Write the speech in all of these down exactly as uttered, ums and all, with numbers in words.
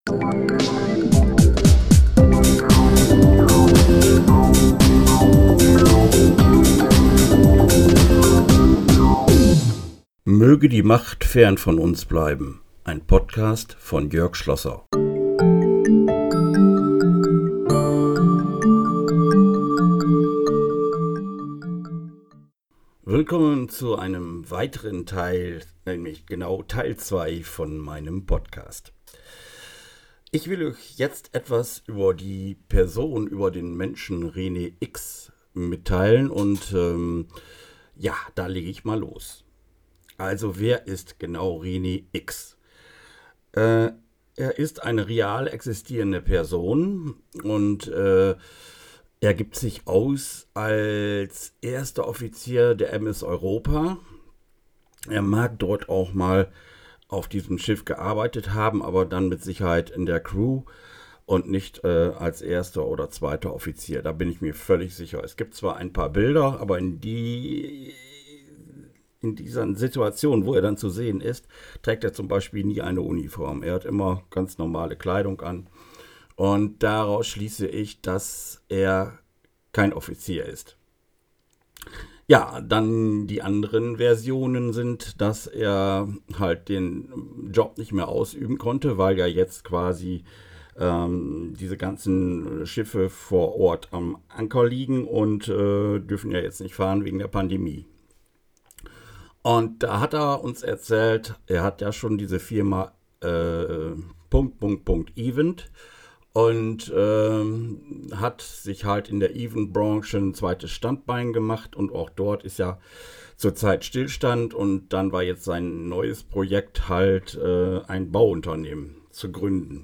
Möge die Macht fern von uns bleiben. Ein Podcast von Jörg Schlosser. Willkommen zu einem weiteren Teil, nämlich genau Teil zwei von meinem Podcast. Ich will euch jetzt etwas über die Person, über den Menschen René X mitteilen und ähm, ja, da lege ich mal los. Also wer ist genau René X? Äh, er ist eine real existierende Person und äh, er gibt sich aus als erster Offizier der M S Europa. Er mag dort auch mal auf diesem Schiff gearbeitet haben, aber dann mit Sicherheit in der Crew und nicht äh, als erster oder zweiter Offizier. Da bin ich mir völlig sicher. Es gibt zwar ein paar Bilder, aber in die... In dieser Situation, wo er dann zu sehen ist, trägt er zum Beispiel nie eine Uniform. Er hat immer ganz normale Kleidung an. Und daraus schließe ich, dass er kein Offizier ist. Ja, dann die anderen Versionen sind, dass er halt den Job nicht mehr ausüben konnte, weil ja jetzt quasi ähm, diese ganzen Schiffe vor Ort am Anker liegen und äh, dürfen ja jetzt nicht fahren wegen der Pandemie. Und da hat er uns erzählt, er hat ja schon diese Firma äh, Punkt, Punkt, Punkt, Event und ähm, hat sich halt in der Event-Branche ein zweites Standbein gemacht und auch dort ist ja zurzeit Stillstand und dann war jetzt sein neues Projekt halt äh, ein Bauunternehmen zu gründen.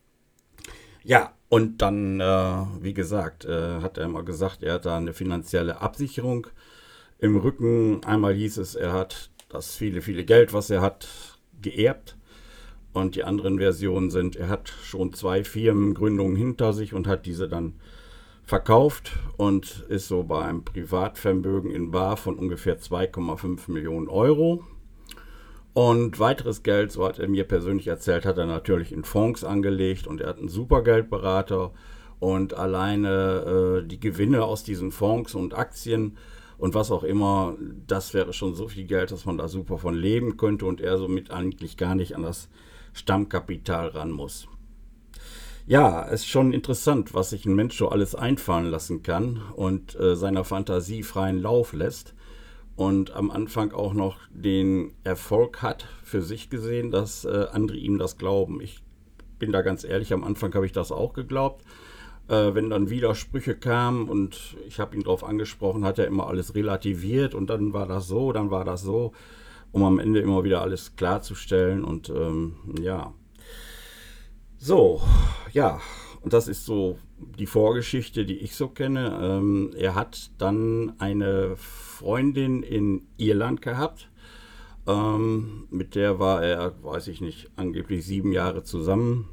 Ja, und dann, äh, wie gesagt, äh, hat er immer gesagt, er hat da eine finanzielle Absicherung im Rücken. Einmal hieß es, er hat das viele, viele Geld, was er hat, geerbt. Und die anderen Versionen sind, er hat schon zwei Firmengründungen hinter sich und hat diese dann verkauft und ist so bei einem Privatvermögen in bar von ungefähr zwei Komma fünf Millionen Euro. Und weiteres Geld, so hat er mir persönlich erzählt, hat er natürlich in Fonds angelegt und er hat einen super Geldberater. Und alleine äh, die Gewinne aus diesen Fonds und Aktien und was auch immer, das wäre schon so viel Geld, dass man da super von leben könnte und er somit eigentlich gar nicht an das Stammkapital ran muss. Ja, es ist schon interessant, was sich ein Mensch so alles einfallen lassen kann und äh, seiner Fantasie freien Lauf lässt und am Anfang auch noch den Erfolg hat für sich gesehen, dass äh, andere ihm das glauben. Ich bin da ganz ehrlich, am Anfang habe ich das auch geglaubt. Äh, wenn dann Widersprüche kamen und ich habe ihn darauf angesprochen, hat er immer alles relativiert und dann war das so, dann war das so, um am Ende immer wieder alles klarzustellen und ähm, ja. So, ja, und das ist so die Vorgeschichte, die ich so kenne. Ähm, er hat dann eine Freundin in Irland gehabt, ähm, mit der war er, weiß ich nicht, angeblich sieben Jahre zusammen.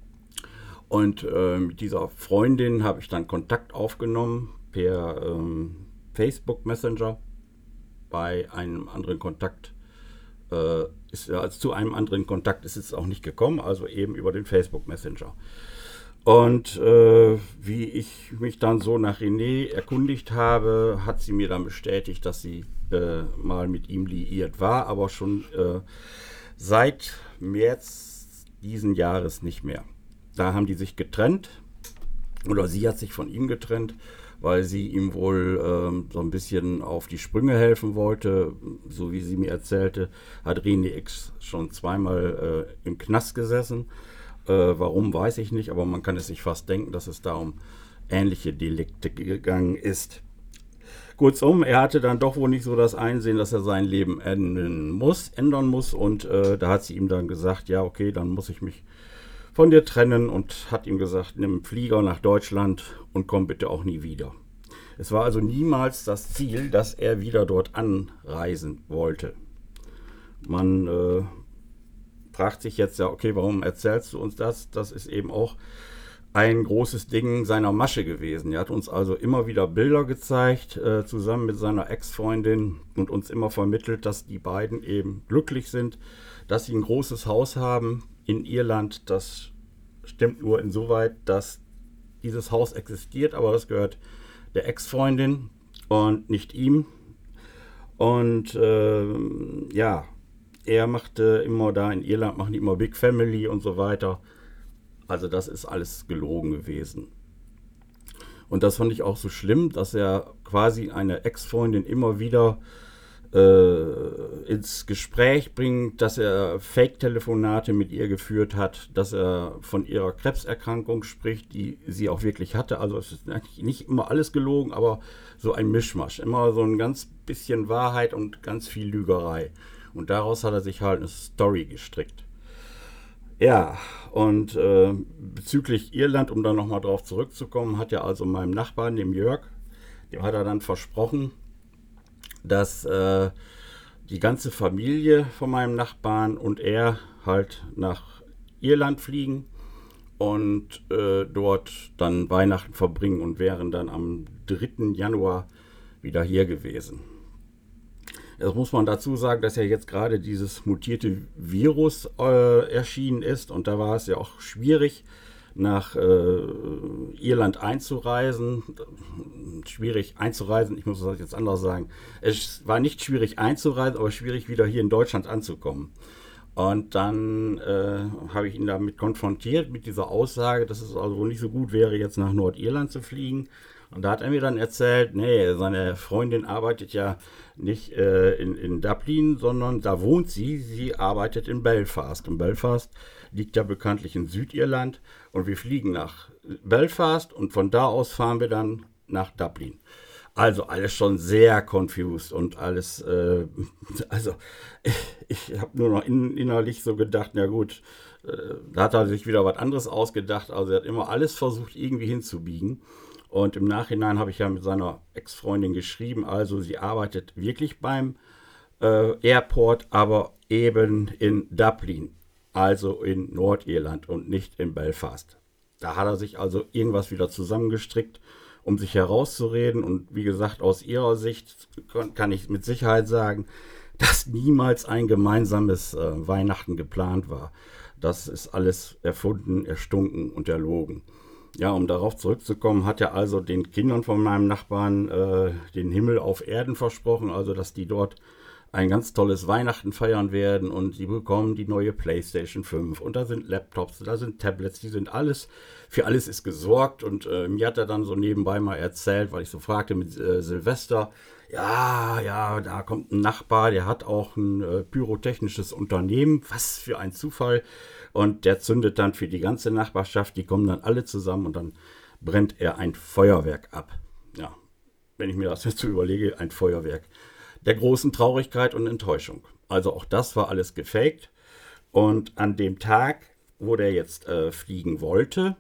Und äh, mit dieser Freundin habe ich dann Kontakt aufgenommen per ähm, Facebook Messenger. Bei einem anderen Kontakt äh, ist also zu einem anderen Kontakt ist es auch nicht gekommen, also eben über den Facebook Messenger. Und äh, wie ich mich dann so nach René erkundigt habe, hat sie mir dann bestätigt, dass sie äh, mal mit ihm liiert war, aber schon äh, seit März diesen Jahres nicht mehr. Da haben die sich getrennt oder sie hat sich von ihm getrennt, weil sie ihm wohl ähm, so ein bisschen auf die Sprünge helfen wollte. So wie sie mir erzählte, hat René X schon zweimal äh, im Knast gesessen. Äh, warum, weiß ich nicht, aber man kann es sich fast denken, dass es da um ähnliche Delikte gegangen ist. Kurzum, er hatte dann doch wohl nicht so das Einsehen, dass er sein Leben ändern muss, ändern muss und äh, da hat sie ihm dann gesagt, ja okay, dann muss ich mich von dir trennen und hat ihm gesagt, nimm einen Flieger nach Deutschland und komm bitte auch nie wieder. Es war also niemals das Ziel, dass er wieder dort anreisen wollte. Man äh, fragt sich jetzt ja, okay, warum erzählst du uns das? Das ist eben auch ein großes Ding seiner Masche gewesen. Er hat uns also immer wieder Bilder gezeigt, äh, zusammen mit seiner Ex-Freundin und uns immer vermittelt, dass die beiden eben glücklich sind, dass sie ein großes Haus haben in Irland, das stimmt nur insoweit, dass dieses Haus existiert, aber das gehört der Ex-Freundin und nicht ihm. Und äh, ja, er machte immer da in Irland, machen die immer Big Family und so weiter. Also das ist alles gelogen gewesen. Und das fand ich auch so schlimm, dass er quasi eine Ex-Freundin immer wieder äh, ins Gespräch bringt, dass er Fake-Telefonate mit ihr geführt hat, dass er von ihrer Krebserkrankung spricht, die sie auch wirklich hatte. Also es ist eigentlich nicht immer alles gelogen, aber so ein Mischmasch. Immer so ein ganz bisschen Wahrheit und ganz viel Lügerei. Und daraus hat er sich halt eine Story gestrickt. Ja, und äh, bezüglich Irland, um da nochmal drauf zurückzukommen, hat er also meinem Nachbarn, dem Jörg, dem hat er dann versprochen, dass äh, die ganze Familie von meinem Nachbarn und er halt nach Irland fliegen und äh, dort dann Weihnachten verbringen und wären dann am dritten Januar wieder hier gewesen. Das muss man dazu sagen, dass ja jetzt gerade dieses mutierte Virus äh, erschienen ist und da war es ja auch schwierig, nach äh, Irland einzureisen. Schwierig einzureisen, ich muss das jetzt anders sagen. Es war nicht schwierig einzureisen, aber schwierig wieder hier in Deutschland anzukommen. Und dann äh, habe ich ihn damit konfrontiert mit dieser Aussage, dass es also wohl nicht so gut wäre, jetzt nach Nordirland zu fliegen. Und da hat er mir dann erzählt, nee, seine Freundin arbeitet ja nicht äh, in, in Dublin, sondern da wohnt sie. Sie arbeitet in Belfast. Und Belfast liegt ja bekanntlich in Südirland. Und wir fliegen nach Belfast und von da aus fahren wir dann nach Dublin. Also alles schon sehr confused und alles, äh, also ich, ich habe nur noch in, innerlich so gedacht, na gut, äh, da hat er sich wieder was anderes ausgedacht. Also er hat immer alles versucht irgendwie hinzubiegen. Und im Nachhinein habe ich ja mit seiner Ex-Freundin geschrieben, also sie arbeitet wirklich beim äh, Airport, aber eben in Dublin, also in Nordirland und nicht in Belfast. Da hat er sich also irgendwas wieder zusammengestrickt, um sich herauszureden. Und wie gesagt, aus ihrer Sicht kann ich mit Sicherheit sagen, dass niemals ein gemeinsames äh, Weihnachten geplant war. Das ist alles erfunden, erstunken und erlogen. Ja, um darauf zurückzukommen, hat er also den Kindern von meinem Nachbarn äh, den Himmel auf Erden versprochen, also dass die dort ein ganz tolles Weihnachten feiern werden und sie bekommen die neue PlayStation fünf und da sind Laptops, da sind Tablets, die sind alles, für alles ist gesorgt und äh, mir hat er dann so nebenbei mal erzählt, weil ich so fragte mit äh, Silvester, ja, ja, da kommt ein Nachbar, der hat auch ein äh, pyrotechnisches Unternehmen, was für ein Zufall. Und der zündet dann für die ganze Nachbarschaft, die kommen dann alle zusammen und dann brennt er ein Feuerwerk ab. Ja, wenn ich mir das jetzt so überlege, ein Feuerwerk der großen Traurigkeit und Enttäuschung. Also auch das war alles gefaked. Und an dem Tag, wo der jetzt äh, fliegen wollte,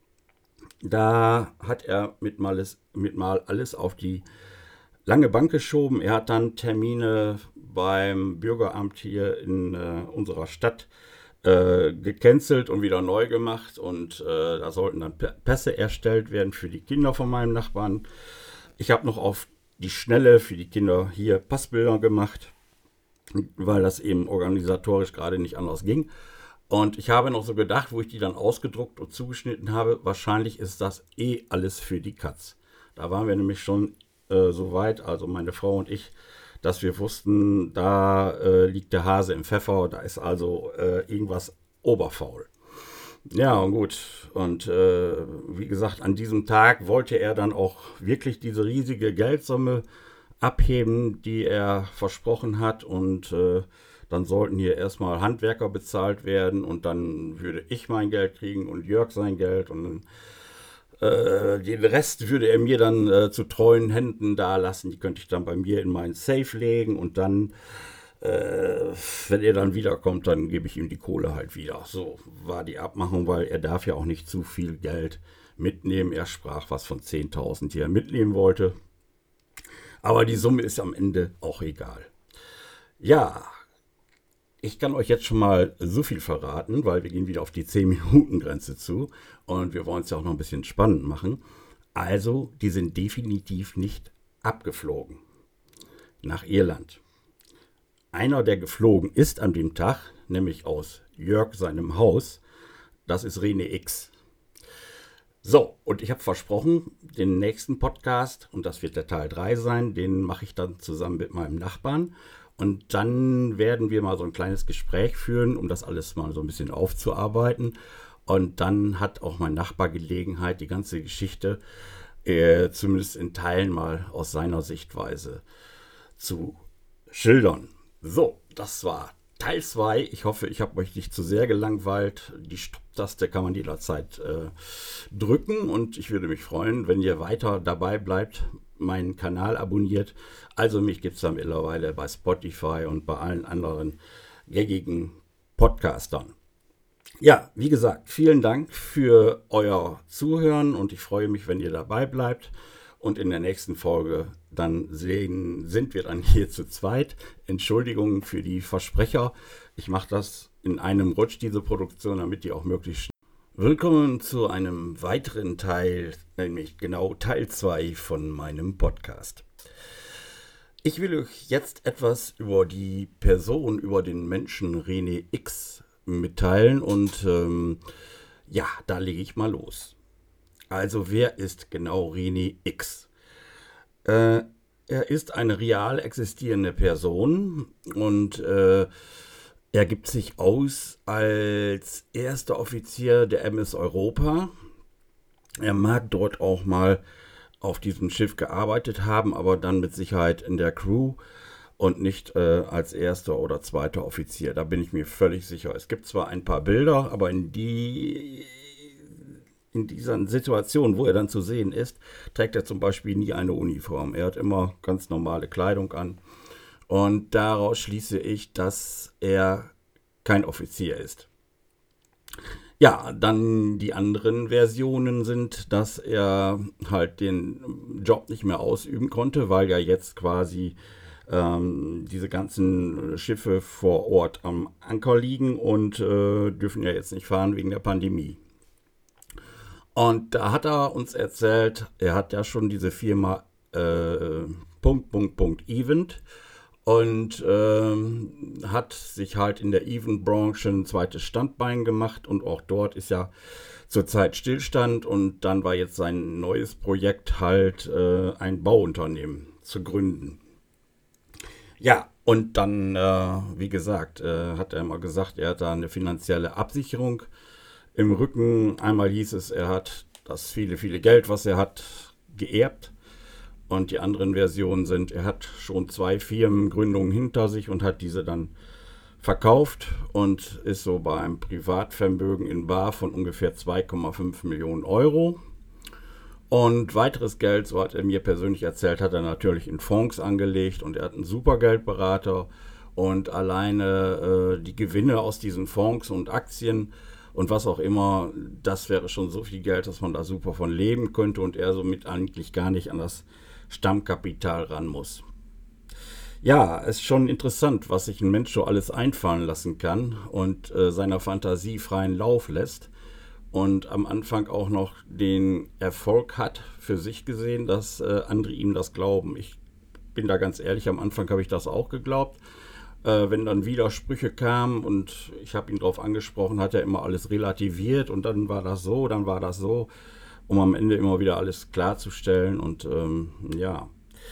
da hat er mit mal, alles, mit mal alles auf die lange Bank geschoben. Er hat dann Termine beim Bürgeramt hier in äh, unserer Stadt Äh, gecancelt und wieder neu gemacht und äh, da sollten dann Pässe erstellt werden für die Kinder von meinem Nachbarn. Ich habe noch auf die Schnelle für die Kinder hier Passbilder gemacht, weil das eben organisatorisch gerade nicht anders ging. Und ich habe noch so gedacht, wo ich die dann ausgedruckt und zugeschnitten habe, wahrscheinlich ist das eh alles für die Katz. Da waren wir nämlich schon äh, so weit, also meine Frau und ich, dass wir wussten, da äh, liegt der Hase im Pfeffer, da ist also äh, irgendwas oberfaul. Ja, und gut. Und äh, wie gesagt, an diesem Tag wollte er dann auch wirklich diese riesige Geldsumme abheben, die er versprochen hat. Und äh, dann sollten hier erstmal Handwerker bezahlt werden und dann würde ich mein Geld kriegen und Jörg sein Geld und dann den Rest würde er mir dann äh, zu treuen Händen da lassen. Die könnte ich dann bei mir in meinen Safe legen und dann, äh, wenn er dann wiederkommt, dann gebe ich ihm die Kohle halt wieder. So war die Abmachung, weil er darf ja auch nicht zu viel Geld mitnehmen. Er sprach was von zehntausend, die er mitnehmen wollte. Aber die Summe ist am Ende auch egal. Ja, ich kann euch jetzt schon mal so viel verraten, weil wir gehen wieder auf die zehn-Minuten-Grenze zu und wir wollen es ja auch noch ein bisschen spannend machen. Also, die sind definitiv nicht abgeflogen nach Irland. Einer, der geflogen ist an dem Tag, nämlich aus Jörg seinem Haus, das ist René X. So, und ich habe versprochen, den nächsten Podcast, und das wird der Teil drei sein, den mache ich dann zusammen mit meinem Nachbarn. Und dann werden wir mal so ein kleines Gespräch führen, um das alles mal so ein bisschen aufzuarbeiten. Und dann hat auch mein Nachbar Gelegenheit, die ganze Geschichte äh, zumindest in Teilen mal aus seiner Sichtweise zu schildern. So, das war Teil zwei. Ich hoffe, ich habe euch nicht zu sehr gelangweilt. Die Stopp-Taste kann man jederzeit äh, drücken und ich würde mich freuen, wenn ihr weiter dabei bleibt, meinen Kanal abonniert. Also mich gibt es da mittlerweile bei Spotify und bei allen anderen gängigen Podcastern. Ja, wie gesagt, vielen Dank für euer Zuhören und ich freue mich, wenn ihr dabei bleibt. Und in der nächsten Folge dann sehen, sind wir dann hier zu zweit. Entschuldigung für die Versprecher. Ich mache das in einem Rutsch, diese Produktion, damit die auch möglichst schnell. Willkommen zu einem weiteren Teil, nämlich genau Teil zwei von meinem Podcast. Ich will euch jetzt etwas über die Person, über den Menschen René X mitteilen und ähm, ja, da lege ich mal los. Also wer ist genau René X? Äh, er ist eine real existierende Person und äh, er gibt sich aus als erster Offizier der M S Europa. Er mag dort auch mal auf diesem Schiff gearbeitet haben, aber dann mit Sicherheit in der Crew und nicht äh, als erster oder zweiter Offizier. Da bin ich mir völlig sicher. Es gibt zwar ein paar Bilder, aber in die... In dieser Situation, wo er dann zu sehen ist, trägt er zum Beispiel nie eine Uniform. Er hat immer ganz normale Kleidung an. Und daraus schließe ich, dass er kein Offizier ist. Ja, dann die anderen Versionen sind, dass er halt den Job nicht mehr ausüben konnte, weil ja jetzt quasi ähm, diese ganzen Schiffe vor Ort am Anker liegen und äh, dürfen ja jetzt nicht fahren wegen der Pandemie. Und da hat er uns erzählt, er hat ja schon diese Firma äh, Punkt, Punkt, Punkt, Event und ähm, hat sich halt in der Event-Branche ein zweites Standbein gemacht und auch dort ist ja zurzeit Stillstand und dann war jetzt sein neues Projekt halt äh, ein Bauunternehmen zu gründen. Ja, und dann, äh, wie gesagt, äh, hat er immer gesagt, er hat da eine finanzielle Absicherung im Rücken. Einmal hieß es, er hat das viele, viele Geld, was er hat, geerbt. Und die anderen Versionen sind, er hat schon zwei Firmengründungen hinter sich und hat diese dann verkauft und ist so bei einem Privatvermögen in bar von ungefähr zwei Komma fünf Millionen Euro. Und weiteres Geld, so hat er mir persönlich erzählt, hat er natürlich in Fonds angelegt und er hat einen super Geldberater. Und alleine äh, die Gewinne aus diesen Fonds und Aktien und was auch immer, das wäre schon so viel Geld, dass man da super von leben könnte und er somit eigentlich gar nicht an das Stammkapital ran muss. Ja, es ist schon interessant, was sich ein Mensch so alles einfallen lassen kann und äh, seiner Fantasie freien Lauf lässt und am Anfang auch noch den Erfolg hat für sich gesehen, dass äh, andere ihm das glauben. Ich bin da ganz ehrlich, am Anfang habe ich das auch geglaubt. Äh, wenn dann Widersprüche kamen und ich habe ihn darauf angesprochen, hat er immer alles relativiert und dann war das so, dann war das so, um am Ende immer wieder alles klarzustellen und ähm, ja.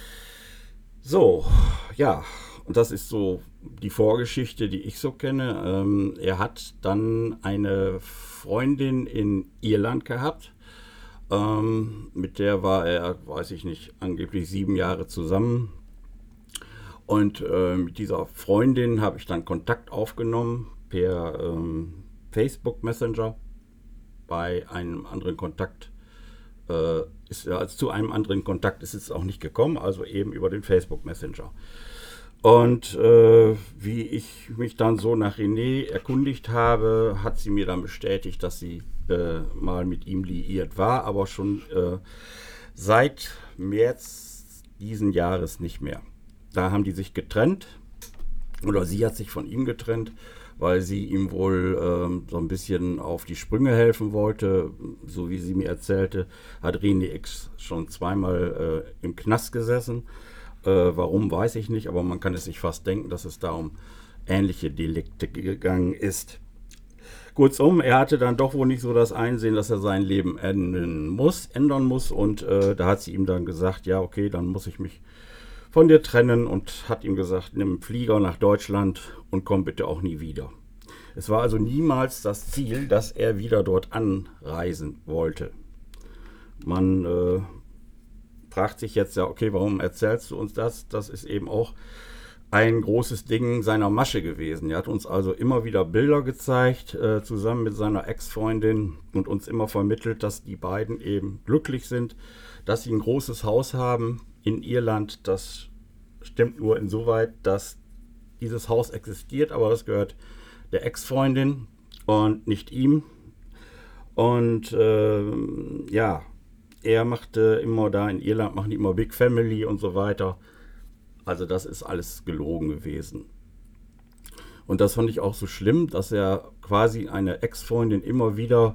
So, ja, und das ist so die Vorgeschichte, die ich so kenne. Ähm, er hat dann eine Freundin in Irland gehabt, ähm, mit der war er, weiß ich nicht, angeblich sieben Jahre zusammen. Und äh, mit dieser Freundin habe ich dann Kontakt aufgenommen per ähm, Facebook Messenger. Bei einem anderen Kontakt äh, ist also zu einem anderen Kontakt ist es auch nicht gekommen, also eben über den Facebook Messenger. Und äh, wie ich mich dann so nach René erkundigt habe, hat sie mir dann bestätigt, dass sie äh, mal mit ihm liiert war, aber schon äh, seit März diesen Jahres nicht mehr. Da haben die sich getrennt oder sie hat sich von ihm getrennt, weil sie ihm wohl ähm, so ein bisschen auf die Sprünge helfen wollte. So wie sie mir erzählte, hat René X schon zweimal äh, im Knast gesessen. Äh, warum, weiß ich nicht, aber man kann es sich fast denken, dass es da um ähnliche Delikte gegangen ist. Kurzum, er hatte dann doch wohl nicht so das Einsehen, dass er sein Leben ändern muss, ändern muss. Und äh, da hat sie ihm dann gesagt, ja, okay, dann muss ich mich von dir trennen und hat ihm gesagt, nimm einen Flieger nach Deutschland und komm bitte auch nie wieder. Es war also niemals das Ziel, dass er wieder dort anreisen wollte. Man äh, fragt sich jetzt ja, okay, warum erzählst du uns das? Das ist eben auch ein großes Ding seiner Masche gewesen. Er hat uns also immer wieder Bilder gezeigt, äh, zusammen mit seiner Ex-Freundin und uns immer vermittelt, dass die beiden eben glücklich sind, dass sie ein großes Haus haben in Irland. Das stimmt nur insoweit, dass dieses Haus existiert, aber das gehört der Ex-Freundin und nicht ihm. Und äh, ja, er machte immer da in Irland, machen die immer Big Family und so weiter. Also das ist alles gelogen gewesen. Und das fand ich auch so schlimm, dass er quasi eine Ex-Freundin immer wieder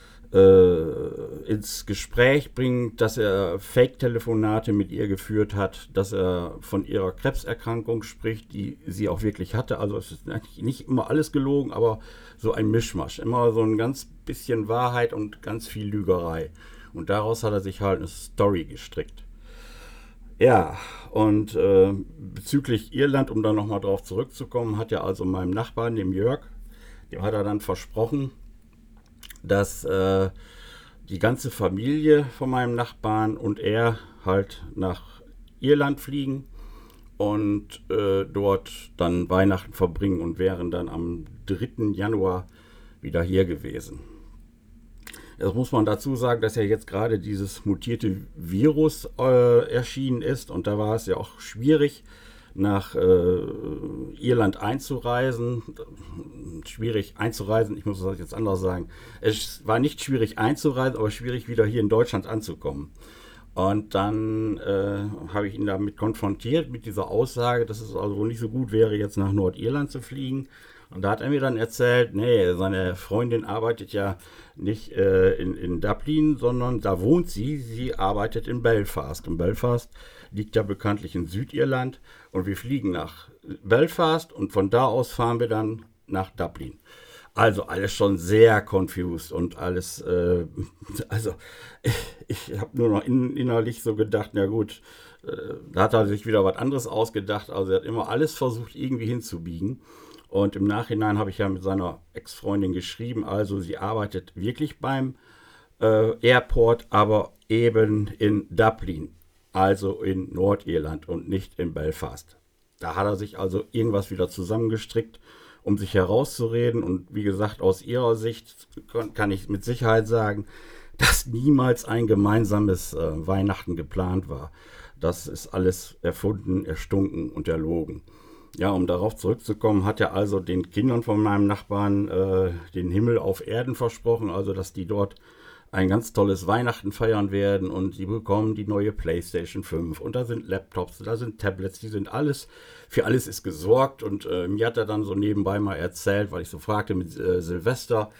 äh, ins Gespräch bringt, dass er Fake-Telefonate mit ihr geführt hat, dass er von ihrer Krebserkrankung spricht, die sie auch wirklich hatte. Also es ist eigentlich nicht immer alles gelogen, aber so ein Mischmasch. Immer so ein ganz bisschen Wahrheit und ganz viel Lügerei. Und daraus hat er sich halt eine Story gestrickt. Ja, und äh, bezüglich Irland, um da nochmal drauf zurückzukommen, hat er also meinem Nachbarn, dem Jörg, dem hat er dann versprochen, dass äh, die ganze Familie von meinem Nachbarn und er halt nach Irland fliegen und äh, dort dann Weihnachten verbringen und wären dann am dritten Januar wieder hier gewesen. Das muss man dazu sagen, dass ja jetzt gerade dieses mutierte Virus äh, erschienen ist und da war es ja auch schwierig, nach äh, Irland einzureisen. Schwierig einzureisen, ich muss das jetzt anders sagen. Es war nicht schwierig einzureisen, aber schwierig wieder hier in Deutschland anzukommen. Und dann äh, habe ich ihn damit konfrontiert, mit dieser Aussage, dass es also wohl nicht so gut wäre, jetzt nach Nordirland zu fliegen. Und da hat er mir dann erzählt, nee, seine Freundin arbeitet ja nicht äh, in, in Dublin, sondern da wohnt sie. Sie arbeitet in Belfast. Und Belfast liegt ja bekanntlich in Südirland. Und wir fliegen nach Belfast und von da aus fahren wir dann nach Dublin. Also alles schon sehr confused und alles, äh, also ich, ich habe nur noch in, innerlich so gedacht, na gut, äh, da hat er sich wieder was anderes ausgedacht. Also er hat immer alles versucht irgendwie hinzubiegen. Und im Nachhinein habe ich ja mit seiner Ex-Freundin geschrieben, also sie arbeitet wirklich beim äh, Airport, aber eben in Dublin, also in Nordirland und nicht in Belfast. Da hat er sich also irgendwas wieder zusammengestrickt, um sich herauszureden. Und wie gesagt, aus ihrer Sicht kann ich mit Sicherheit sagen, dass niemals ein gemeinsames äh, Weihnachten geplant war. Das ist alles erfunden, erstunken und erlogen. Ja, um darauf zurückzukommen, hat er also den Kindern von meinem Nachbarn äh, den Himmel auf Erden versprochen, also dass die dort ein ganz tolles Weihnachten feiern werden und sie bekommen die neue PlayStation fünf und da sind Laptops, da sind Tablets, die sind alles, für alles ist gesorgt und äh, mir hat er dann so nebenbei mal erzählt, weil ich so fragte mit äh, Silvester,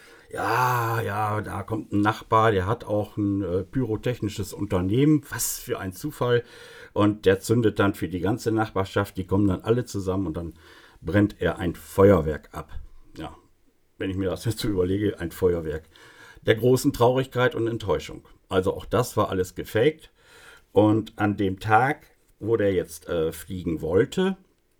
ja, ja, da kommt ein Nachbar, der hat auch ein äh, pyrotechnisches Unternehmen, was für ein Zufall. Und der zündet dann für die ganze Nachbarschaft, die kommen dann alle zusammen und dann brennt er ein Feuerwerk ab. Ja, wenn ich mir das jetzt so überlege, ein Feuerwerk der großen Traurigkeit und Enttäuschung. Also auch das war alles gefaked. Und an dem Tag, wo der jetzt äh, fliegen wollte,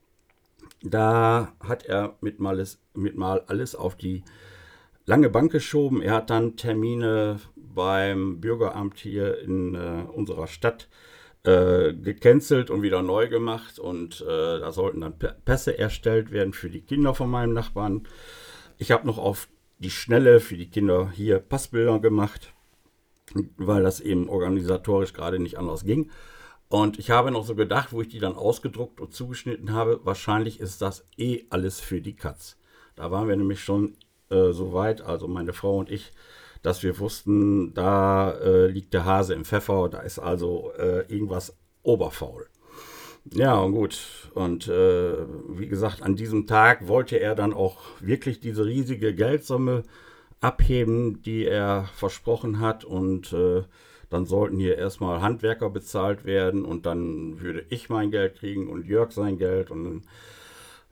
da hat er mit mal, alles, mit mal alles auf die lange Bank geschoben. Er hat dann Termine beim Bürgeramt hier in äh, unserer Stadt Äh, gecancelt und wieder neu gemacht und äh, da sollten dann Pässe erstellt werden für die Kinder von meinem Nachbarn. Ich habe noch auf die Schnelle für die Kinder hier Passbilder gemacht, weil das eben organisatorisch gerade nicht anders ging. Und ich habe noch so gedacht, wo ich die dann ausgedruckt und zugeschnitten habe, wahrscheinlich ist das eh alles für die Katz. Da waren wir nämlich schon äh, so weit, also meine Frau und ich, dass wir wussten, da äh, liegt der Hase im Pfeffer, da ist also äh, irgendwas oberfaul. Ja, und gut. Und äh, wie gesagt, an diesem Tag wollte er dann auch wirklich diese riesige Geldsumme abheben, die er versprochen hat. Und äh, dann sollten hier erstmal Handwerker bezahlt werden und dann würde ich mein Geld kriegen und Jörg sein Geld. Und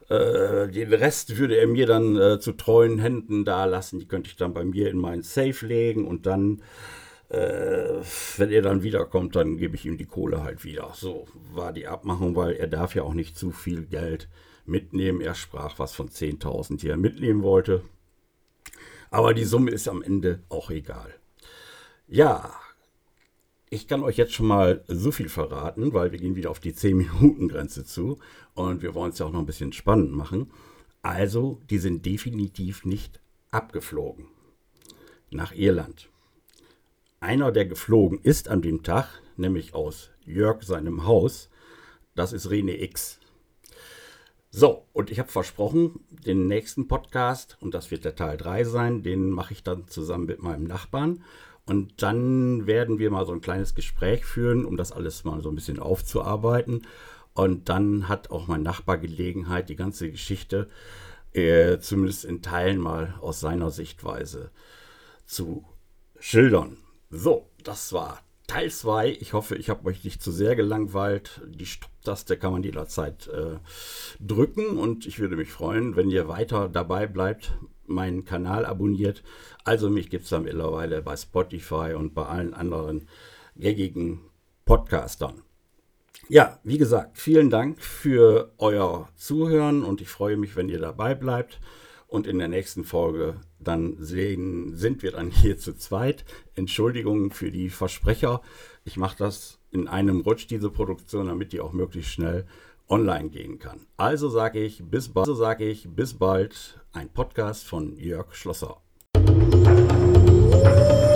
Äh, den Rest würde er mir dann äh, zu treuen Händen dalassen. Die könnte ich dann bei mir in meinen Safe legen und dann, äh, wenn er dann wiederkommt, dann gebe ich ihm die Kohle halt wieder. So war die Abmachung, weil er darf ja auch nicht zu viel Geld mitnehmen. Er sprach was von zehntausend, die er mitnehmen wollte. Aber die Summe ist am Ende auch egal. Ja, ich kann euch jetzt schon mal so viel verraten, weil wir gehen wieder auf die zehn-Minuten-Grenze zu und wir wollen es ja auch noch ein bisschen spannend machen. Also, die sind definitiv nicht abgeflogen nach Irland. Einer, der geflogen ist an dem Tag, nämlich aus Jörg seinem Haus, das ist René X. So, und ich habe versprochen, den nächsten Podcast, und das wird der Teil drei sein, den mache ich dann zusammen mit meinem Nachbarn. Und dann werden wir mal so ein kleines Gespräch führen, um das alles mal so ein bisschen aufzuarbeiten. Und dann hat auch mein Nachbar Gelegenheit, die ganze Geschichte äh, zumindest in Teilen mal aus seiner Sichtweise zu schildern. So, das war Teil zwei. Ich hoffe, ich habe euch nicht zu sehr gelangweilt. Die Stopptaste kann man jederzeit äh, drücken und ich würde mich freuen, wenn ihr weiter dabei bleibt, meinen Kanal abonniert. Also mich gibt es dann mittlerweile bei Spotify und bei allen anderen gängigen Podcastern. Ja, wie gesagt, vielen Dank für euer Zuhören und ich freue mich, wenn ihr dabei bleibt. Und in der nächsten Folge dann sehen, sind wir dann hier zu zweit. Entschuldigung für die Versprecher. Ich mache das in einem Rutsch, diese Produktion, damit die auch möglichst schnell online gehen kann. Also sage ich bis bald, also sage ich bis bald, ein Podcast von Jörg Schlosser.